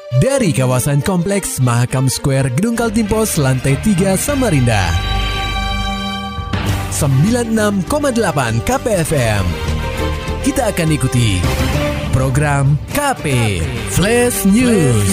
Dari kawasan Kompleks Mahakam Square Gedung Kaltim Pos Lantai 3 Samarinda. 96,8 KPFM. Kita akan ikuti program KP Flash News.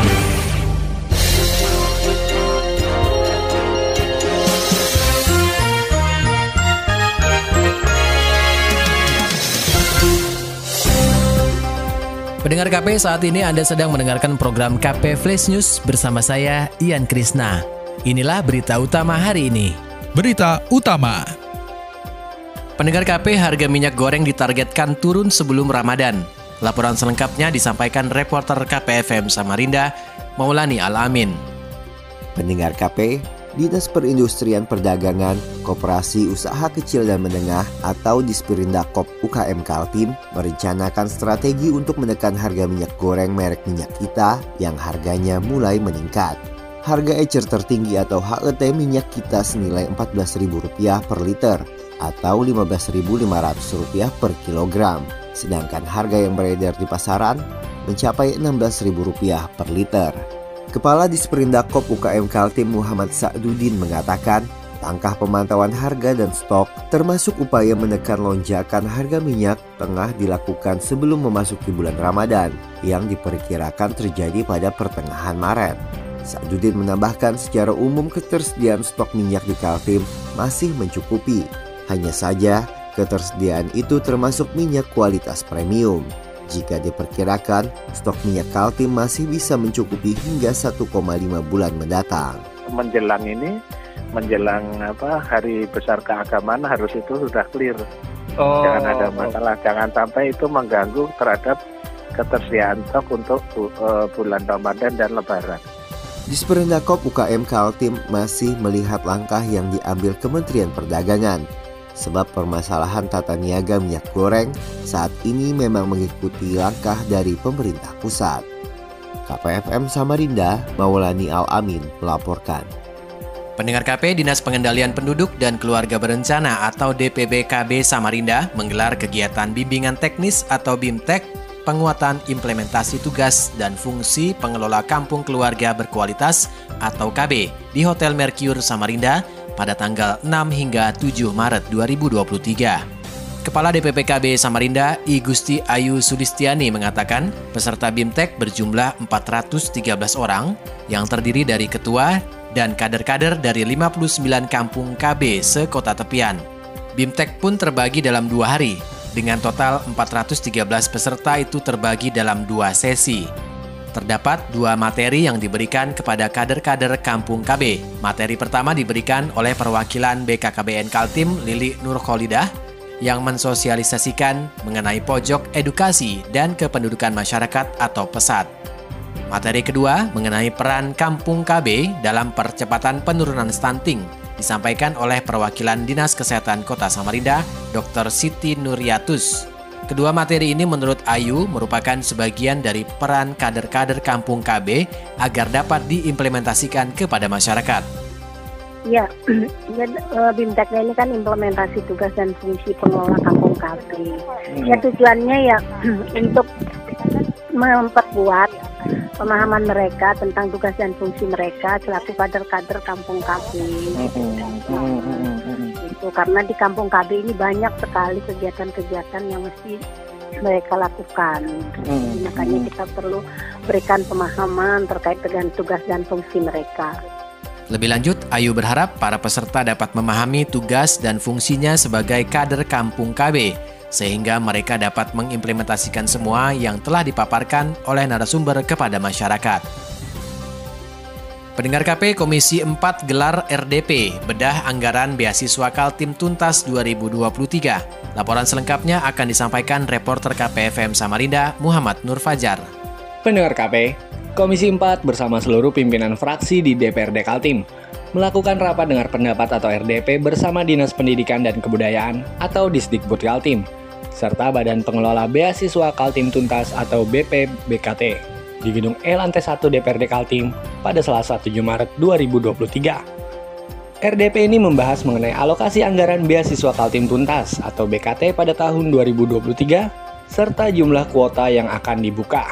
Pendengar KP, saat ini Anda sedang mendengarkan program KP Flash News bersama saya, Ian Krisna. Inilah berita utama hari ini. Berita utama. Pendengar KP, harga minyak goreng ditargetkan turun sebelum Ramadan. Laporan selengkapnya disampaikan reporter KPFM Samarinda, Maulani Al-Amin. Pendengar KP, Dinas Perindustrian Perdagangan, Koperasi Usaha Kecil dan Menengah atau Disperindak UKM Kaltim merencanakan strategi untuk menekan harga minyak goreng merek minyak kita yang harganya mulai meningkat. Harga ecer tertinggi atau HET minyak kita senilai Rp14.000 per liter atau Rp15.500 per kilogram. Sedangkan harga yang beredar di pasaran mencapai Rp16.000 per liter. Kepala Disperindak UKM Kaltim Muhammad Sa'duddin mengatakan, langkah pemantauan harga dan stok termasuk upaya menekan lonjakan harga minyak tengah dilakukan sebelum memasuki bulan Ramadan yang diperkirakan terjadi pada pertengahan Maret. Sa'duddin menambahkan secara umum ketersediaan stok minyak di Kaltim masih mencukupi. Hanya saja ketersediaan itu termasuk minyak kualitas premium. Jika diperkirakan, stok minyak Kaltim masih bisa mencukupi hingga 1,5 bulan mendatang. Menjelang hari besar keagamaan harus itu sudah clear. Jangan ada masalah, jangan sampai itu mengganggu terhadap ketersediaan stok untuk bulan Ramadan dan Lebaran. Disperindak UKM Kaltim masih melihat langkah yang diambil Kementerian Perdagangan. Sebab permasalahan tata niaga minyak goreng saat ini memang mengikuti langkah dari pemerintah pusat. KPFM Samarinda, Maulani Al-Amin melaporkan. Pendengar KP, Dinas Pengendalian Penduduk dan Keluarga Berencana atau DPBKB Samarinda menggelar kegiatan bimbingan teknis atau BIMTEK, penguatan implementasi tugas dan fungsi pengelola kampung keluarga berkualitas atau KB di Hotel Mercure Samarinda pada tanggal 6 hingga 7 Maret 2023. Kepala DPPKB Samarinda, I Gusti Ayu Sulistiani mengatakan, peserta BIMTEK berjumlah 413 orang yang terdiri dari ketua dan kader-kader dari 59 kampung KB sekota tepian. BIMTEK pun terbagi dalam 2 hari, dengan total 413 peserta itu terbagi dalam 2 sesi. Terdapat 2 materi yang diberikan kepada kader-kader Kampung KB. Materi pertama diberikan oleh perwakilan BKKBN Kaltim Lili Nurkholidah yang mensosialisasikan mengenai pojok edukasi dan kependudukan masyarakat atau PESAT. Materi kedua mengenai peran Kampung KB dalam percepatan penurunan stunting disampaikan oleh perwakilan Dinas Kesehatan Kota Samarinda, Dr. Siti Nuriatus. Kedua materi ini menurut Ayu merupakan sebagian dari peran kader-kader Kampung KB agar dapat diimplementasikan kepada masyarakat. Ya, BIMTEK ini kan implementasi tugas dan fungsi pengelola Kampung KB. Ya, tujuannya ya untuk memperkuat pemahaman mereka tentang tugas dan fungsi mereka selaku kader-kader Kampung KB. Karena di Kampung KB ini banyak sekali kegiatan-kegiatan yang mesti mereka lakukan. Makanya kita perlu berikan pemahaman terkait dengan tugas dan fungsi mereka. Lebih lanjut, Ayu berharap para peserta dapat memahami tugas dan fungsinya sebagai kader Kampung KB, sehingga mereka dapat mengimplementasikan semua yang telah dipaparkan oleh narasumber kepada masyarakat. Pendengar KP, Komisi 4 gelar RDP, bedah anggaran beasiswa Kaltim tuntas 2023. Laporan selengkapnya akan disampaikan reporter KPFM Samarinda, Muhammad Nur Fajar. Pendengar KP, Komisi 4 bersama seluruh pimpinan fraksi di DPRD Kaltim melakukan rapat dengar pendapat atau RDP bersama Dinas Pendidikan dan Kebudayaan atau Disdikbud Kaltim, serta Badan Pengelola Beasiswa Kaltim Tuntas atau BPBKT. Di Gedung E Lantai 1 DPRD Kaltim pada Selasa 7 Maret 2023. RDP ini membahas mengenai alokasi anggaran beasiswa Kaltim Tuntas atau BKT pada tahun 2023 serta jumlah kuota yang akan dibuka.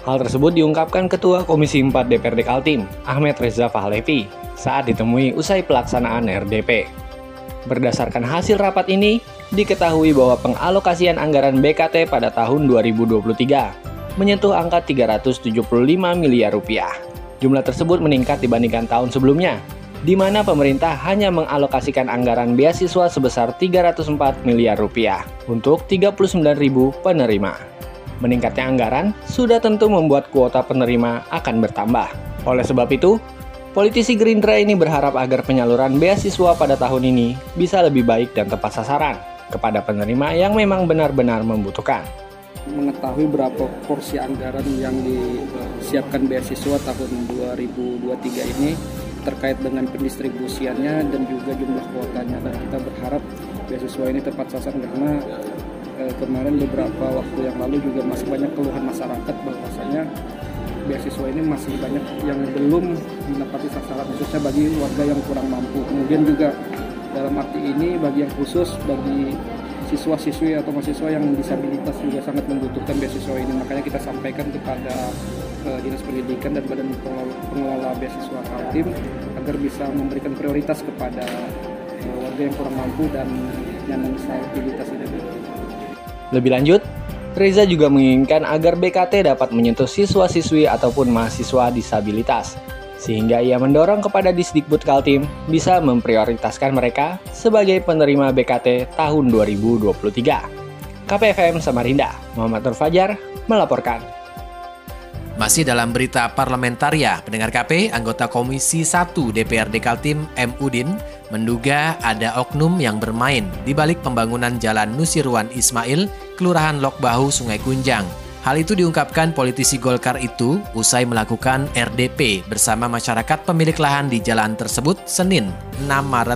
Hal tersebut diungkapkan Ketua Komisi 4 DPRD Kaltim, Ahmed Reza Fahlevi, saat ditemui usai pelaksanaan RDP. Berdasarkan hasil rapat ini, diketahui bahwa pengalokasian anggaran BKT pada tahun 2023 menyentuh angka 375 miliar rupiah. Jumlah tersebut meningkat dibandingkan tahun sebelumnya, di mana pemerintah hanya mengalokasikan anggaran beasiswa sebesar 304 miliar rupiah untuk 39.000 penerima. Meningkatnya anggaran sudah tentu membuat kuota penerima akan bertambah. Oleh sebab itu, politisi Gerindra ini berharap agar penyaluran beasiswa pada tahun ini bisa lebih baik dan tepat sasaran kepada penerima yang memang benar-benar membutuhkan. Mengetahui berapa porsi anggaran yang disiapkan beasiswa tahun 2023 ini terkait dengan pendistribusiannya dan juga jumlah kuotanya, dan kita berharap beasiswa ini tepat sasaran karena kemarin beberapa waktu yang lalu juga masih banyak keluhan masyarakat bahwasanya beasiswa ini masih banyak yang belum mendapati sasaran, khususnya bagi warga yang kurang mampu. Kemudian juga dalam arti ini bagi yang khusus bagi siswa-siswi atau mahasiswa yang disabilitas juga sangat membutuhkan beasiswa ini. Makanya kita sampaikan kepada Dinas Pendidikan dan Badan Pengelola Beasiswa Kaltim agar bisa memberikan prioritas kepada warga yang kurang mampu dan yang disabilitas ini. Lebih lanjut, Reza juga menginginkan agar BKT dapat menyentuh siswa-siswi ataupun mahasiswa disabilitas, sehingga ia mendorong kepada Disdikbud Kaltim bisa memprioritaskan mereka sebagai penerima BKT tahun 2023. KPFM Samarinda, Muhammad Nur Fajar melaporkan. Masih dalam berita parlementaria, pendengar KP, anggota Komisi 1 DPRD Kaltim M. Udin menduga ada oknum yang bermain di balik pembangunan Jalan Nusirwan Ismail, Kelurahan Lok Bahu, Sungai Kunjang. Hal itu diungkapkan politisi Golkar itu usai melakukan RDP bersama masyarakat pemilik lahan di jalan tersebut Senin 6 Maret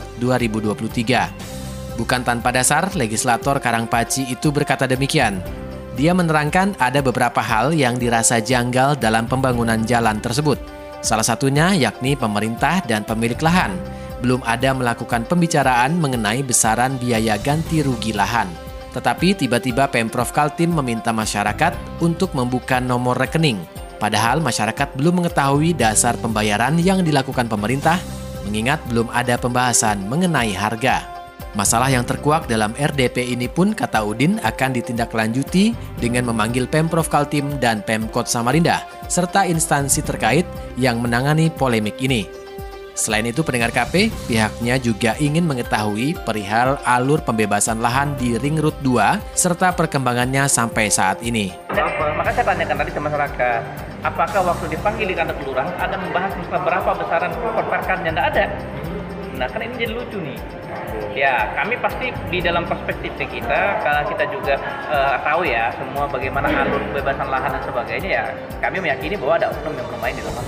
2023. Bukan tanpa dasar, legislator Karangpaci itu berkata demikian. Dia menerangkan ada beberapa hal yang dirasa janggal dalam pembangunan jalan tersebut. Salah satunya yakni pemerintah dan pemilik lahan belum ada melakukan pembicaraan mengenai besaran biaya ganti rugi lahan. Tetapi tiba-tiba Pemprov Kaltim meminta masyarakat untuk membuka nomor rekening. Padahal masyarakat belum mengetahui dasar pembayaran yang dilakukan pemerintah, mengingat belum ada pembahasan mengenai harga. Masalah yang terkuak dalam RDP ini pun, kata Udin, akan ditindaklanjuti dengan memanggil Pemprov Kaltim dan Pemkot Samarinda, serta instansi terkait yang menangani polemik ini. Selain itu, pendengar KP, pihaknya juga ingin mengetahui perihal alur pembebasan lahan di Ring Road 2 serta perkembangannya sampai saat ini. Maka saya tanyakan tadi ke masyarakat, apakah waktu dipanggil di kantor kelurahan ada membahas berapa besaran perparkannya? Tidak ada. Nah, kan ini jadi lucu nih. Ya, kami pasti di dalam perspektif kita, kalau kita juga tahu ya semua bagaimana alur pembebasan lahan dan sebagainya, ya kami meyakini bahwa ada oknum yang bermain di dalam.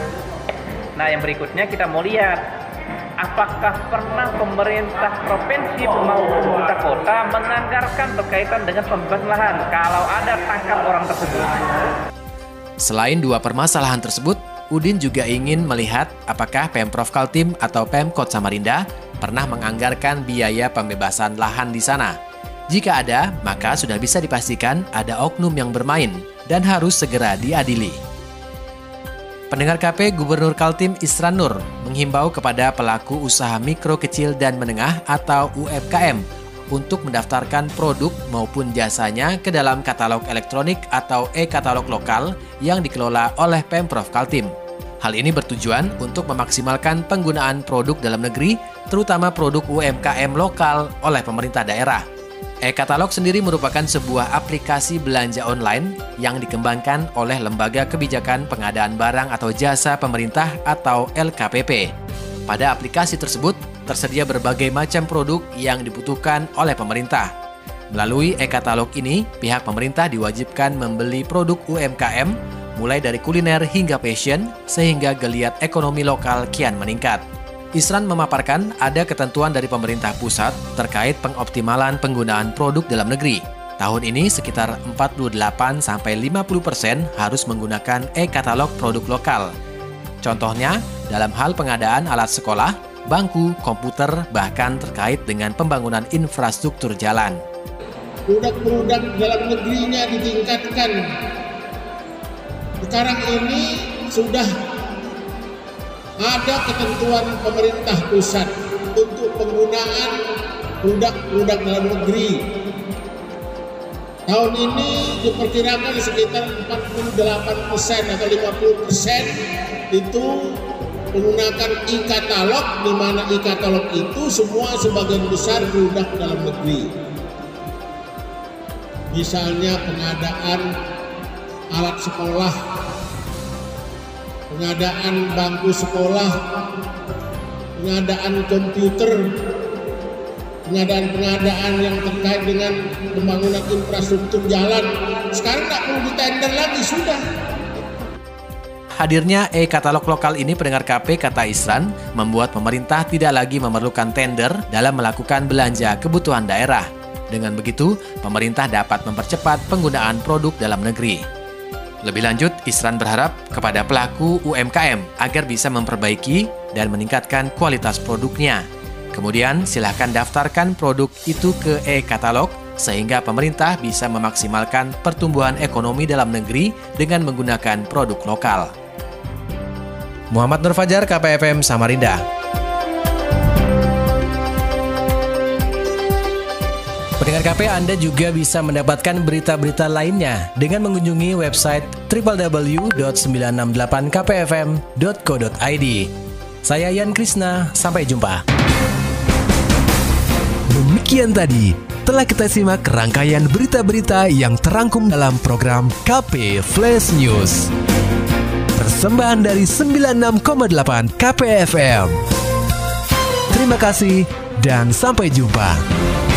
Nah, yang berikutnya kita mau lihat apakah pernah pemerintah provinsi maupun pemerintah kota menganggarkan berkaitan dengan pembebasan lahan. Kalau ada, tangkap orang tersebut. Selain dua permasalahan tersebut, Udin juga ingin melihat apakah Pemprov Kaltim atau Pemkot Samarinda pernah menganggarkan biaya pembebasan lahan di sana. Jika ada, maka sudah bisa dipastikan ada oknum yang bermain dan harus segera diadili. Pendengar KP, Gubernur Kaltim Isran Nur menghimbau kepada pelaku usaha mikro, kecil, dan menengah atau UMKM untuk mendaftarkan produk maupun jasanya ke dalam katalog elektronik atau e-katalog lokal yang dikelola oleh Pemprov Kaltim. Hal ini bertujuan untuk memaksimalkan penggunaan produk dalam negeri, terutama produk UMKM lokal oleh pemerintah daerah. E-katalog sendiri merupakan sebuah aplikasi belanja online yang dikembangkan oleh Lembaga Kebijakan Pengadaan Barang atau Jasa Pemerintah atau LKPP. Pada aplikasi tersebut, tersedia berbagai macam produk yang dibutuhkan oleh pemerintah. Melalui e-katalog ini, pihak pemerintah diwajibkan membeli produk UMKM, mulai dari kuliner hingga fashion, sehingga geliat ekonomi lokal kian meningkat. Isran memaparkan ada ketentuan dari pemerintah pusat terkait pengoptimalan penggunaan produk dalam negeri. Tahun ini sekitar 48-50% harus menggunakan e-katalog produk lokal. Contohnya, dalam hal pengadaan alat sekolah, bangku, komputer, bahkan terkait dengan pembangunan infrastruktur jalan. Produk-produk dalam negerinya ditingkatkan Sekarang ini sudah ada ketentuan pemerintah pusat untuk penggunaan produk-produk dalam negeri. Tahun ini diperkirakan sekitar 48% atau 50% itu menggunakan e-katalog, di mana e-katalog itu semua sebagian besar produk dalam negeri. Misalnya pengadaan alat sekolah, pengadaan bangku sekolah, pengadaan komputer, pengadaan yang terkait dengan pembangunan infrastruktur jalan. Sekarang nggak perlu ditender lagi, sudah. Hadirnya e-katalog lokal ini, pendengar KP, kata Isran, membuat pemerintah tidak lagi memerlukan tender dalam melakukan belanja kebutuhan daerah. Dengan begitu, pemerintah dapat mempercepat penggunaan produk dalam negeri. Lebih lanjut, Isran berharap kepada pelaku UMKM agar bisa memperbaiki dan meningkatkan kualitas produknya. Kemudian, silakan daftarkan produk itu ke e-katalog sehingga pemerintah bisa memaksimalkan pertumbuhan ekonomi dalam negeri dengan menggunakan produk lokal. Muhammad Nur Fajar, KPFM Samarinda. Pendengar KP, Anda juga bisa mendapatkan berita-berita lainnya dengan mengunjungi website www.968kpfm.co.id. Saya Yan Krisna, sampai jumpa. Demikian tadi telah kita simak rangkaian berita-berita yang terangkum dalam program KP Flash News. Persembahan dari 96,8 KPFM. Terima kasih dan sampai jumpa.